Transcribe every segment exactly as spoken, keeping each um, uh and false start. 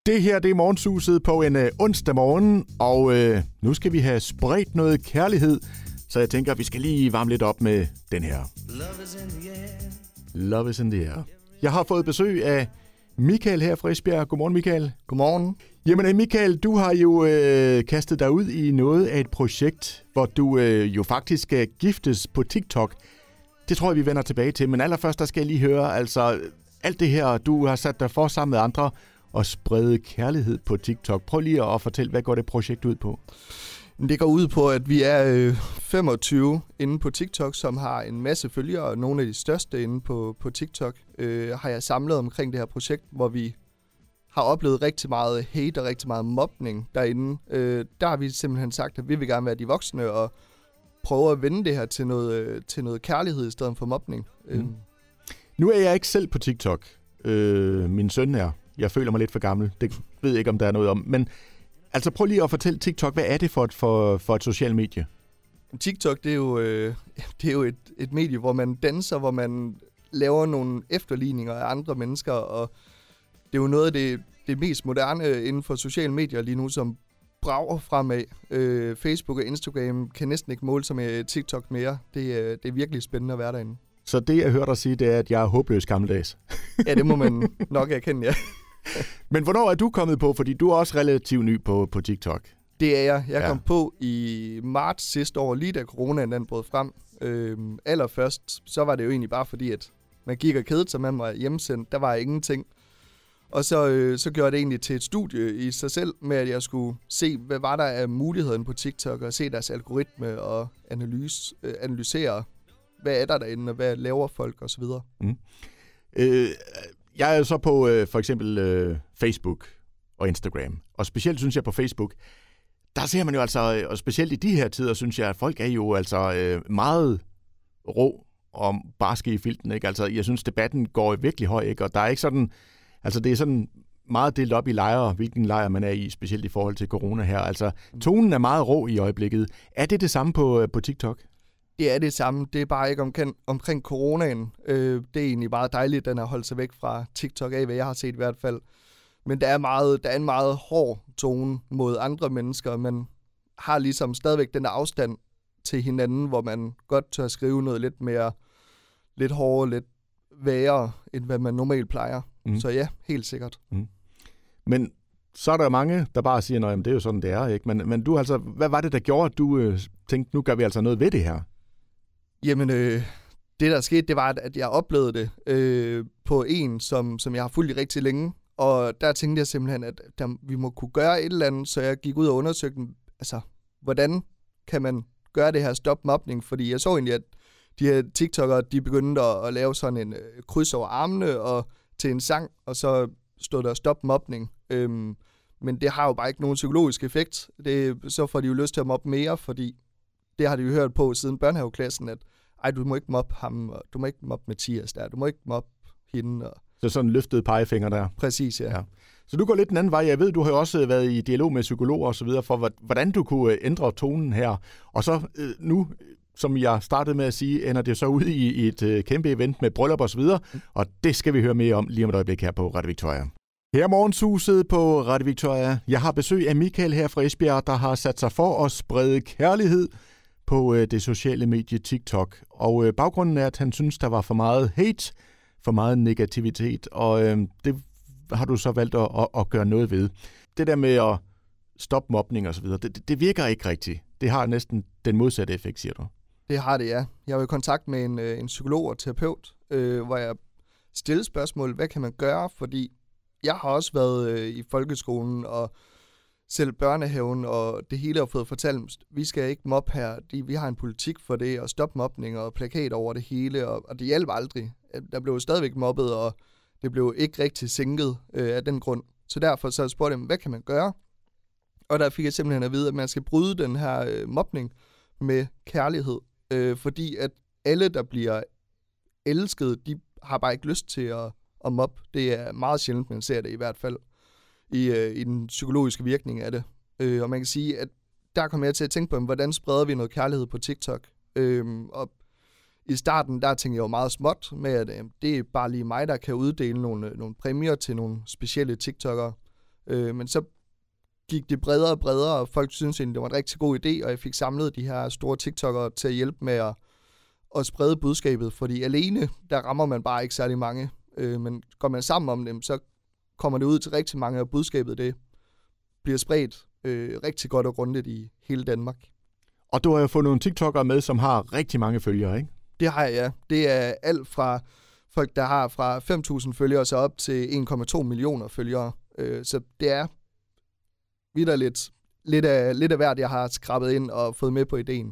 Det her, det er morgensuset på en øh, onsdag morgen, og øh, nu skal vi have spredt noget kærlighed, så jeg tænker, at vi skal lige varme lidt op med den her. Love is in the air. Love is in the air. Jeg har fået besøg af Michael her fra Esbjerg. Godmorgen, Michael. Godmorgen. Jamen, Michael, du har jo øh, kastet dig ud i noget af et projekt, hvor du øh, jo faktisk skal giftes på TikTok. Det tror jeg, vi vender tilbage til, men allerførst, der skal jeg lige høre, altså alt det her, du har sat dig for sammen med andre, og sprede kærlighed på TikTok. Prøv lige at fortælle, hvad går det projekt ud på? Det går ud på, at vi er øh, femogtyve inde på TikTok, som har en masse følgere, og nogle af de største inde på, på TikTok, øh, har jeg samlet omkring det her projekt, hvor vi har oplevet rigtig meget hate og rigtig meget mobning derinde. Øh, der har vi simpelthen sagt, at vi vil gerne være de voksne og prøve at vende det her til noget, øh, til noget kærlighed i stedet for mobning. Mm. Øh. Nu er jeg ikke selv på TikTok. Øh, min søn er. Jeg føler mig lidt for gammel. Det ved jeg ikke, om der er noget om. Men altså prøv lige at fortælle TikTok, hvad er det for et, for, for et socialt medie? TikTok, det er jo, øh, det er jo et, et medie, hvor man danser, hvor man laver nogle efterligninger af andre mennesker, og det er jo noget af det, det mest moderne inden for sociale medier lige nu, som brager fremad. Øh, Facebook og Instagram kan næsten ikke måle sig med TikTok mere. Det, øh, det er virkelig spændende at være derinde. Så det, jeg hørte dig sige, det er, at jeg er håbløs gammeldags. Ja, det må man nok erkende, ja. Men hvornår er du kommet på? Fordi du er også relativt ny på, på TikTok. Det er jeg. Jeg ja. kom på i marts sidste år, lige da coronaen den brød frem. Øhm, allerførst, så var det jo egentlig bare fordi, at man gik og kedede sig, man var hjemsendt. Der var ingenting. Og så, øh, så gjorde det egentlig til et studie i sig selv, med at jeg skulle se, hvad var der af muligheden på TikTok, og se deres algoritme og analyse, øh, analysere, hvad er der derinde, og hvad laver folk osv. Mm. Øh, jeg er jo så på øh, for eksempel øh, Facebook og Instagram, og specielt synes jeg på Facebook, der ser man jo altså, og specielt i de her tider, synes jeg, at folk er jo altså øh, meget rå og barske i filten, ikke? Altså, jeg synes, debatten går virkelig høj, ikke? Og der er ikke sådan, altså det er sådan meget delt op i lejre, hvilken lejr man er i, specielt i forhold til corona her. Altså, tonen er meget rå i øjeblikket. Er det det samme på, på TikTok? Det er det samme. Det er bare ikke omkring, omkring coronaen. Øh, det er egentlig bare dejligt, at den har holdt sig væk fra TikTok af, hvad jeg har set i hvert fald. Men der er, meget, der er en meget hård tone mod andre mennesker. Man har ligesom stadigvæk den afstand til hinanden, hvor man godt tør skrive noget lidt mere, lidt hårdere, lidt værre, end hvad man normalt plejer. Mm. Så ja, helt sikkert. Mm. Men så er der mange, der bare siger, at det er jo sådan, det er, ikke? Men, men du altså, hvad var det, der gjorde, at du øh, tænkte, nu gør vi altså noget ved det her? Jamen, øh, det der skete, det var, at jeg oplevede det øh, på en, som, som jeg har fulgt i rigtig længe. Og der tænkte jeg simpelthen, at der, vi må kunne gøre et eller andet, så jeg gik ud og undersøgte, altså, hvordan kan man gøre det her stop mobning? Fordi jeg så egentlig, at de her TikTokere, de begyndte at, at lave sådan en øh, kryds over armene og til en sang, og så stod der stop mobning. Øhm, men det har jo bare ikke nogen psykologisk effekt. Det, så får de jo lyst til at mobbe mere, fordi det har de jo hørt på siden børnehaveklassen, at ej, du må ikke mobbe ham, og du må ikke mobbe Mathias der, du må ikke mobbe hende. Og så sådan en løftet pegefinger der. Præcis, ja. ja. Så du går lidt den anden vej. Jeg ved, du har jo også været i dialog med psykologer og så videre, for hvordan du kunne ændre tonen her. Og så nu, som jeg startede med at sige, ender det så ud i et kæmpe event med bryllup og så videre, og det skal vi høre mere om lige om et øjeblik her på Radio Victoria. Her er morgensuset på Radio Victoria. Jeg har besøg af Michael her fra Esbjerg, der har sat sig for at sprede kærlighed på det sociale medie TikTok. Og baggrunden er, at han synes, der var for meget hate, for meget negativitet, og øh, det har du så valgt at, at, at gøre noget ved. Det der med at stoppe mobning og så videre, det, det virker ikke rigtigt. Det har næsten den modsatte effekt, siger du. Det har det, ja. Jeg var i kontakt med en, en psykolog og terapeut, øh, hvor jeg stillede spørgsmål, hvad kan man gøre? Fordi jeg har også været øh, i folkeskolen og selv børnehaven, og det hele har fået fortalt, vi skal ikke mobbe her, de, vi har en politik for det, og stop mobning og plakat over det hele, og, og det hjælper aldrig. Der blev jo stadigvæk mobbet, og det blev ikke rigtig sænket øh, af den grund. Så derfor så spurgte jeg dem, hvad kan man gøre? Og der fik jeg simpelthen at vide, at man skal bryde den her øh, mobning med kærlighed, øh, fordi at alle, der bliver elsket, de har bare ikke lyst til at, at mobbe. Det er meget sjældent, man ser det i hvert fald. I, øh, i den psykologiske virkning af det. Øh, og man kan sige, at der kommer jeg til at tænke på, hvordan spreder vi noget kærlighed på TikTok? Øh, og i starten, der tænkte jeg jo meget småt med, at øh, det er bare lige mig, der kan uddele nogle, nogle præmier til nogle specielle TikTokere. Øh, men så gik det bredere og bredere, og folk synes egentlig, det var en rigtig god idé, og jeg fik samlet de her store TikTokere til at hjælpe med at, at sprede budskabet, fordi alene, der rammer man bare ikke særlig mange. Øh, men går man sammen om dem, så kommer det ud til rigtig mange, og budskabet det bliver spredt øh, rigtig godt og grundigt i hele Danmark. Og du har jo fået nogle TikTokere med, som har rigtig mange følgere, ikke? Det har jeg, ja. Det er alt fra folk, der har fra fem tusind følgere så op til en komma to millioner følgere. Øh, så det er vitterligt lidt af, lidt af hvert, jeg har skrabet ind og fået med på ideen.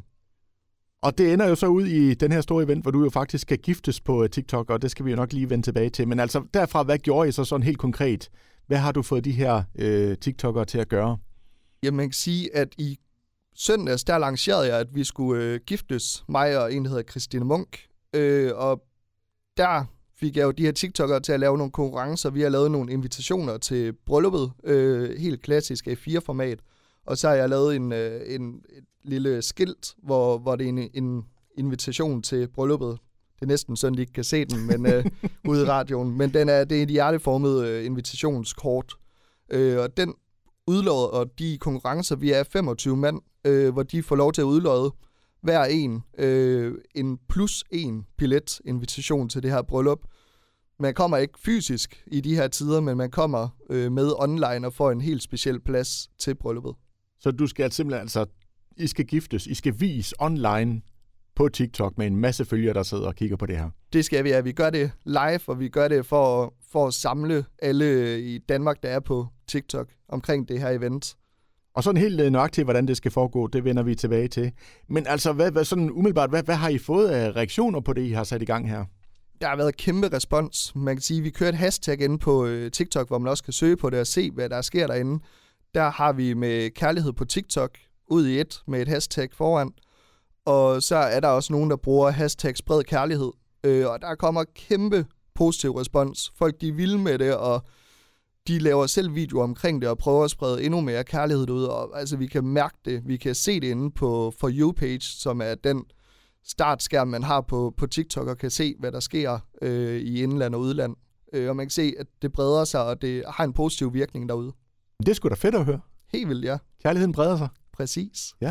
Og det ender jo så ud i den her store event, hvor du jo faktisk skal giftes på TikTok, og det skal vi jo nok lige vende tilbage til. Men altså derfra, hvad gjorde I så sådan helt konkret? Hvad har du fået de her øh, TikTokere til at gøre? Jamen, man kan sige, at i søndags, der lancerede jeg, at vi skulle øh, giftes, mig og en, der hedder Christine Munk. Øh, og der fik jeg jo de her TikTokere til at lave nogle konkurrencer. Vi har lavet nogle invitationer til brylluppet, øh, helt klassisk A fire format. Og så har jeg lavet en, øh, en et lille skilt, hvor, hvor det er en, en invitation til brylluppet. Det er næsten sådan, de ikke kan se den, men øh, ude i radioen. Men den er, det er et hjerteformet øh, invitationskort. Øh, og den udlodder, og de konkurrencer, vi er femogtyve mand, øh, hvor de får lov til at udlodde hver en øh, en plus en billet-invitation til det her bryllup. Man kommer ikke fysisk i de her tider, men man kommer øh, med online og får en helt speciel plads til brylluppet. Så du skal simpelthen altså, I skal giftes, I skal vise online på TikTok med en masse følgere, der sidder og kigger på det her. Det skal vi, ja. Vi gør det live, og vi gør det for, for at samle alle i Danmark, der er på TikTok omkring det her event. Og sådan helt nøjagtigt, hvordan det skal foregå, det vender vi tilbage til. Men altså, hvad, hvad, sådan umiddelbart, hvad, hvad har I fået af reaktioner på det, I har sat i gang her? Der har været kæmpe respons. Man kan sige, at vi kører et hashtag inde på TikTok, hvor man også kan søge på det og se, hvad der sker derinde. Der har vi med kærlighed på TikTok ud i et med et hashtag foran. Og så er der også nogen, der bruger hashtag spred kærlighed. Øh, og der kommer kæmpe positiv respons. Folk, de er vilde med det, og de laver selv videoer omkring det og prøver at sprede endnu mere kærlighed ud. Og altså, vi kan mærke det. Vi kan se det inde på For You-page, som er den startskærm, man har på, på TikTok, og kan se, hvad der sker øh, i indland og udland. Øh, og man kan se, at det breder sig, og det har en positiv virkning derude. Det er sgu da fedt at høre. Helt vildt, ja. Kærligheden breder sig. Præcis. Ja.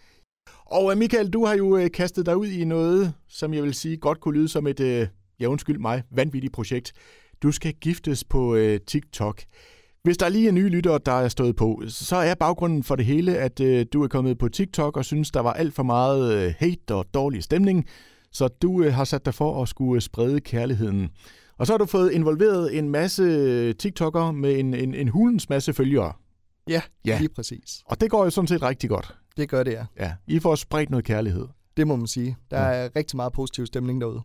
Og Michael, du har jo kastet dig ud i noget, som jeg vil sige godt kunne lyde som et, ja undskyld mig, vanvittigt projekt. Du skal giftes på uh, TikTok. Hvis der lige er nye lyttere, der er stået på, så er baggrunden for det hele, at uh, du er kommet på TikTok og synes, der var alt for meget uh, hate og dårlig stemning. Så du uh, har sat dig for at skulle sprede kærligheden. Og så har du fået involveret en masse TikTokere med en, en, en hulens masse følgere. Ja, ja, lige præcis. Og det går jo sådan set rigtig godt. Det gør det, ja. Ja, I får spredt noget kærlighed. Det må man sige. Der ja. er rigtig meget positiv stemning derude.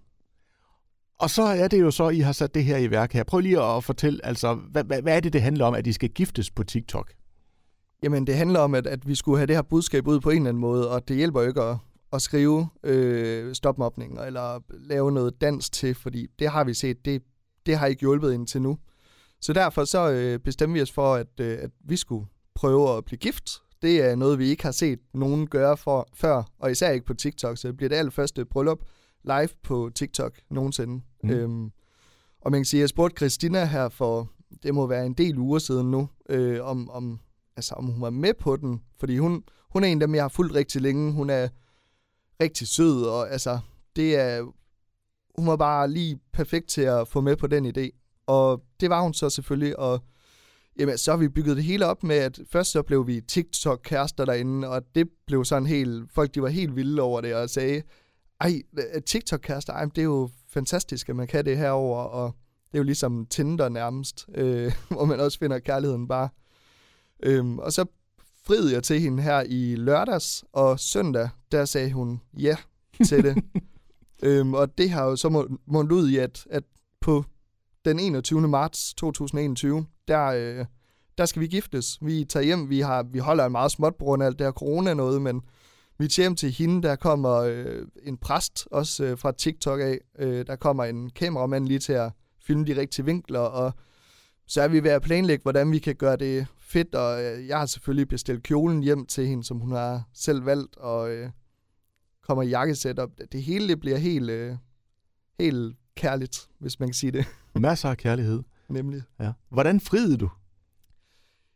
Og så er det jo så, I har sat det her i værk her. Prøv lige at fortælle, altså, hvad, hvad, hvad er det, det handler om, at I skal giftes på TikTok? Jamen, det handler om, at, at vi skulle have det her budskab ud på en eller anden måde, og det hjælper jo ikke at, at skrive øh, stopmobning, eller lave noget dans til, fordi det har vi set, det, det har ikke hjulpet indtil nu. Så derfor så øh, bestemte vi os for, at, øh, at vi skulle prøve at blive gift. Det er noget, vi ikke har set nogen gøre for, før, og især ikke på TikTok, så det bliver det allerførste bryllup live på TikTok nogensinde. Mm. Øhm, og man kan sige, at jeg spurgte Christina her for, det må være en del uger siden nu, øh, om, om, altså, om hun var med på den, fordi hun, hun er en af dem, jeg har fulgt rigtig længe. Hun er rigtig sød, og altså, det er, hun var bare lige perfekt til at få med på den idé. Og det var hun så selvfølgelig, og jamen, så har vi bygget det hele op med, at først så blev vi TikTok-kærester derinde, og det blev sådan helt, folk de var helt vilde over det, og sagde, ej, TikTok-kærester, ej, det er jo fantastisk, at man kan det herover, og det er jo ligesom Tinder nærmest, øh, hvor man også finder kærligheden bare. Øhm, og så friede jeg til hende her i lørdags, og søndag, der sagde hun ja til det. øhm, og det har jo så mundet ud i, at, at på den enogtyvende marts to tusind og enogtyve, der, øh, der skal vi giftes. Vi tager hjem, vi, har, vi holder en meget småt på grund af alt det her corona noget, men vi tager hjem til hende, der kommer øh, en præst, også øh, fra TikTok af. Øh, der kommer en kameramand lige til at filme de rigtige vinkler, og så er vi ved at planlægge, hvordan vi kan gøre det fedt, og øh, jeg har selvfølgelig bestilt kjolen hjem til hende, som hun har selv valgt, og øh, kommer i jakkesæt, og det hele det bliver helt, øh, helt kærligt, hvis man kan sige det. Masser af kærlighed. Nemlig. Ja. Hvordan friede du?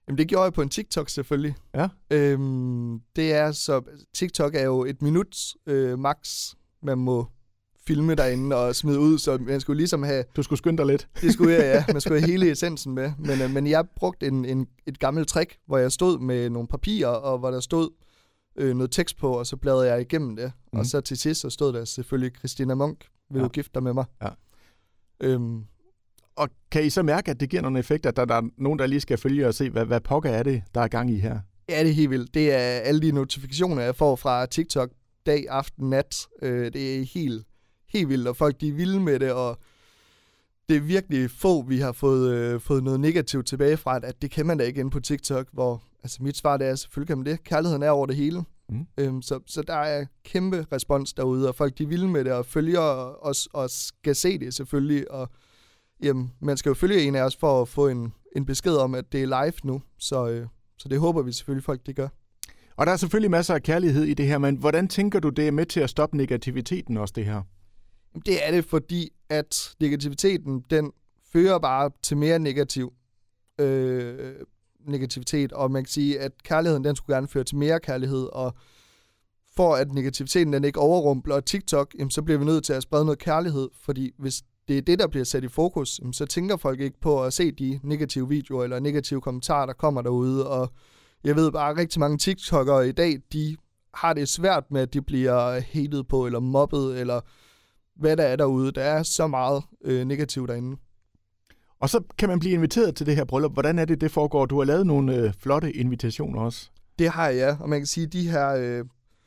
Jamen, det gjorde jeg på en TikTok selvfølgelig. Ja. Øhm, det er så... TikTok er jo et minut øh, max, man må filme derinde og smide ud, så man skulle ligesom have... Du skulle skynde dig lidt. Det skulle jeg, ja. Man skulle have hele essensen med. Men, øh, men jeg brugte en, en, et gammelt trick, hvor jeg stod med nogle papirer, og hvor der stod øh, noget tekst på, og så bladrede jeg igennem det. Mm. Og så til sidst, så stod der selvfølgelig, Christina Munk, vil ja. du gifte dig med mig? Ja. Øhm, Og kan I så mærke, at det giver nogle effekter, at der, der er nogen, der lige skal følge og se, hvad, hvad pokker er det, der er gang i her? Ja, det er helt vildt. Det er alle de notifikationer, jeg får fra TikTok dag, aften, nat. Øh, det er helt, helt vildt, og folk de er vilde med det, og det er virkelig få, vi har fået, øh, fået noget negativt tilbage fra, at det kan man da ikke inde på TikTok, hvor altså mit svar det er, selvfølgelig kan man det. Kærligheden er over det hele. Mm. Øhm, så, så der er kæmpe respons derude, og folk de er vilde med det, og følger os og skal se det selvfølgelig, og jamen, man skal jo følge en af os for at få en, en besked om, at det er live nu, så, øh, så det håber vi selvfølgelig folk, det gør. Og der er selvfølgelig masser af kærlighed i det her, men hvordan tænker du, det er med til at stoppe negativiteten også, det her? Det er det, fordi at negativiteten, den fører bare til mere negativ øh, negativitet, og man kan sige, at kærligheden, den skulle gerne føre til mere kærlighed, og for at negativiteten, den ikke overrumpler TikTok, jamen, så bliver vi nødt til at sprede noget kærlighed, fordi hvis det er det, der bliver sat i fokus, jamen, så tænker folk ikke på at se de negative videoer, eller negative kommentarer, der kommer derude, og jeg ved bare, at rigtig mange TikTokere i dag, de har det svært med, at de bliver hated på, eller mobbet, eller hvad der er derude. Der er så meget øh, negativt derinde. Og så kan man blive inviteret til det her bryllup. Hvordan er det, det foregår? Du har lavet nogle øh, flotte invitationer også. Det har jeg, ja. Og man kan sige, at de her øh,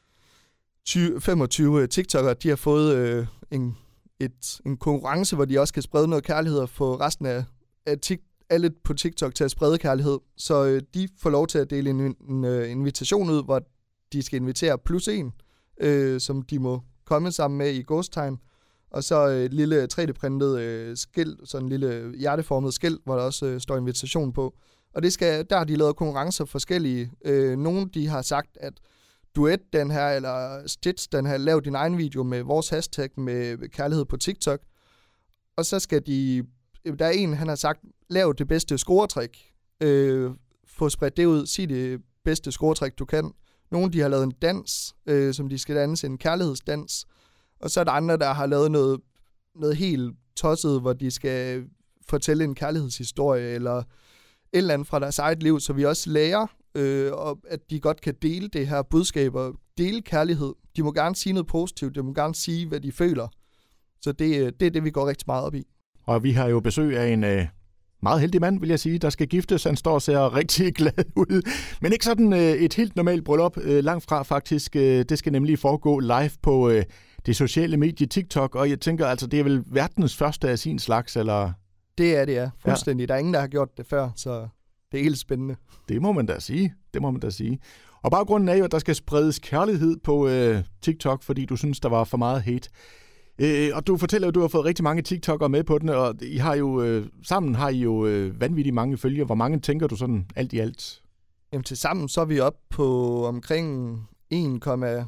tyve, femogtyve TikTokere, de har fået øh, en, et, en konkurrence, hvor de også kan sprede noget kærlighed og få resten af, af tik- alle på TikTok til at sprede kærlighed. Så øh, de får lov til at dele en, en, en uh, invitation ud, hvor de skal invitere plus en, øh, som de må komme sammen med i gåstegn. Og så et lille tre D-printet øh, skilt, sådan en lille hjerteformet skilt, hvor der også øh, står invitation på. Og det skal, der har de lavet konkurrencer forskellige. Øh, nogle de har sagt, at duet den her, eller Stitch den her, lav din egen video med vores hashtag med kærlighed på TikTok. Og så skal de, der er en, han har sagt, lav det bedste scoretræk. Øh, få spredt det ud, sig det bedste scoretræk, du kan. Nogle de har lavet en dans, øh, som de skal danse, en kærlighedsdans. Og så er der andre, der har lavet noget, noget helt tosset, hvor de skal fortælle en kærlighedshistorie, eller et eller andet fra deres eget liv, så vi også lærer, øh, og at de godt kan dele det her budskab, og dele kærlighed. De må gerne sige noget positivt, de må gerne sige, hvad de føler. Så det, det er det, vi går rigtig meget op i. Og vi har jo besøg af en øh, meget heldig mand, vil jeg sige, der skal giftes. Han står og ser rigtig glad ud. Men ikke sådan øh, et helt normalt bryllup, øh, langt fra faktisk. Øh, det skal nemlig foregå live på øh, det sociale medie TikTok, og jeg tænker, altså, det er vel verdens første af sin slags, eller? Det er det, ja. Fuldstændig. Ja. Der er ingen, der har gjort det før, så det er helt spændende. Det må man da sige. Det må man da sige. Og baggrunden er jo, at der skal spredes kærlighed på øh, TikTok, fordi du synes, der var for meget hate. Øh, og du fortæller jo, at du har fået rigtig mange TikTokere med på den, og I har jo, øh, sammen har I jo øh, vanvittigt mange følgere. Hvor mange tænker du sådan alt i alt? Jamen til sammen så er vi oppe på omkring en komma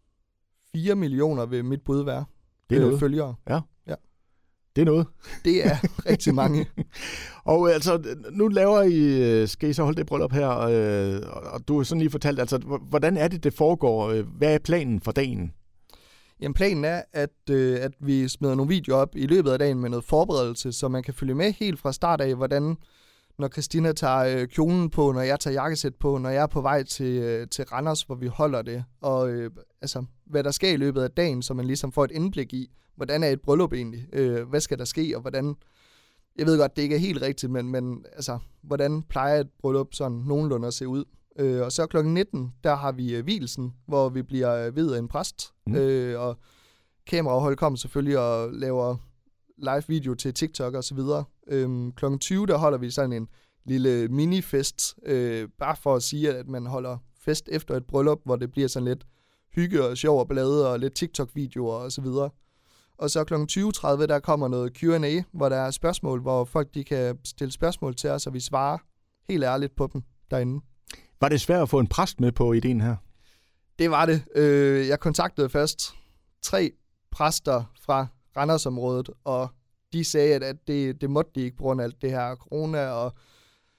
fire millioner ved mit bud være. Det er noget. Følgere. Ja. Ja. Det er noget. Det er rigtig mange. Og øh, altså, nu laver I, skal I så holde det bryllup her, øh, og du har sådan lige fortalt, altså, hvordan er det, det foregår? Hvad er planen for dagen? Jamen planen er, at, øh, at vi smider nogle videoer op i løbet af dagen med noget forberedelse, så man kan følge med helt fra start af, hvordan, når Christina tager øh, kjolen på, når jeg tager jakkesæt på, når jeg er på vej til, øh, til Randers, hvor vi holder det, og øh, altså, hvad der sker i løbet af dagen, så man ligesom får et indblik i, hvordan er et bryllup egentlig, øh, hvad skal der ske, og hvordan, jeg ved godt, det ikke er helt rigtigt, men, men altså, hvordan plejer et bryllup sådan nogenlunde at se ud. Øh, og så klokken nitten, der har vi øh, vielsen, hvor vi bliver øh, viet af en præst, mm. øh, og kamerahold kommer selvfølgelig og laver live video til TikTok og så videre. Øhm, klokken tyve, der holder vi sådan en lille minifest, øh, bare for at sige, at man holder fest efter et bryllup, hvor det bliver sådan lidt hygge og sjov og ballade og lidt TikTok-videoer og så videre. Og så klokken tyve tredive, der kommer noget Q and A, hvor der er spørgsmål, hvor folk de kan stille spørgsmål til os, og vi svarer helt ærligt på dem derinde. Var det svært at få en præst med på ideen her? Det var det. Øh, jeg kontaktede først tre præster fra Randersområdet, og de sagde, at det, det måtte de ikke på grund af alt det her corona, og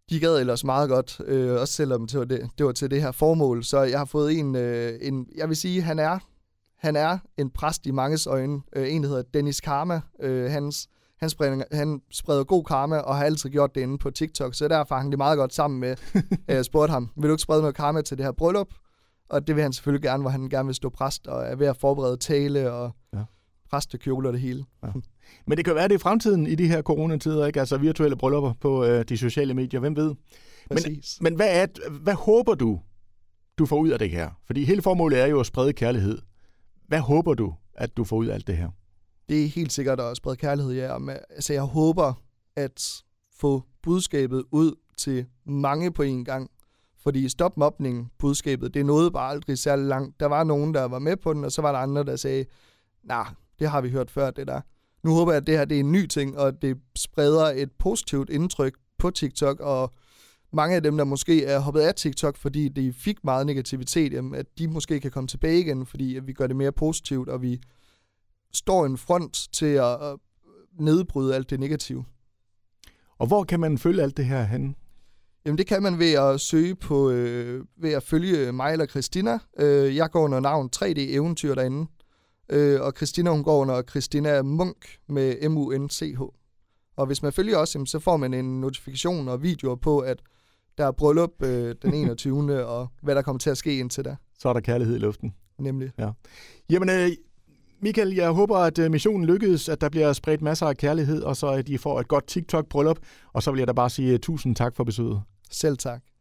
de gad ellers meget godt, øh, også selvom det var, det, det var til det her formål. Så jeg har fået en, øh, en jeg vil sige, han er, han er en præst i manges øjne. Øh, en, der hedder Dennis Karma. Øh, hans, han, spreder, han spreder god karma, og har altid gjort det inde på TikTok. Så derfor hang det meget godt sammen med, jeg spurgte ham, vil du ikke sprede noget karma til det her bryllup? Og det vil han selvfølgelig gerne, hvor han gerne vil stå præst, og er ved at forberede tale, og ja. præstekjole og det hele. Ja. Men det kan være det i fremtiden i de her coronatider, ikke? Altså virtuelle bryllupper på øh, de sociale medier, hvem ved? Men, men hvad, er, hvad håber du, du får ud af det her? Fordi hele formålet er jo at sprede kærlighed. Hvad håber du, at du får ud af alt det her? Det er helt sikkert at sprede kærlighed, ja. Altså jeg håber at få budskabet ud til mange på en gang. Fordi stop mobning, budskabet, det nåede bare aldrig særlig langt. Der var nogen, der var med på den, og så var der andre, der sagde, nej, det har vi hørt før, det der. Nu håber jeg, at det her det er en ny ting, og det spreder et positivt indtryk på TikTok, og mange af dem, der måske er hoppet af TikTok, fordi de fik meget negativitet, jamen, at de måske kan komme tilbage igen, fordi at vi gør det mere positivt, og vi står en front til at nedbryde alt det negative. Og hvor kan man følge alt det her henne? Jamen det kan man ved at søge på, øh, ved at følge mig eller Christina. Øh, jeg går under navn tre D Eventyr derinde. Øh, og Christina, hun går under Christina Munk med M U N C H. Og hvis man følger os, så får man en notifikation og videoer på, at der er bryllup øh, den enogtyvende og hvad der kommer til at ske indtil da. Så er der kærlighed i luften. Nemlig. Ja. Jamen, øh, Michael, jeg håber, at øh, missionen lykkedes, at der bliver spredt masser af kærlighed, og så at de får et godt TikTok-bryllup. Og så vil jeg da bare sige uh, tusind tak for besøget. Selv tak.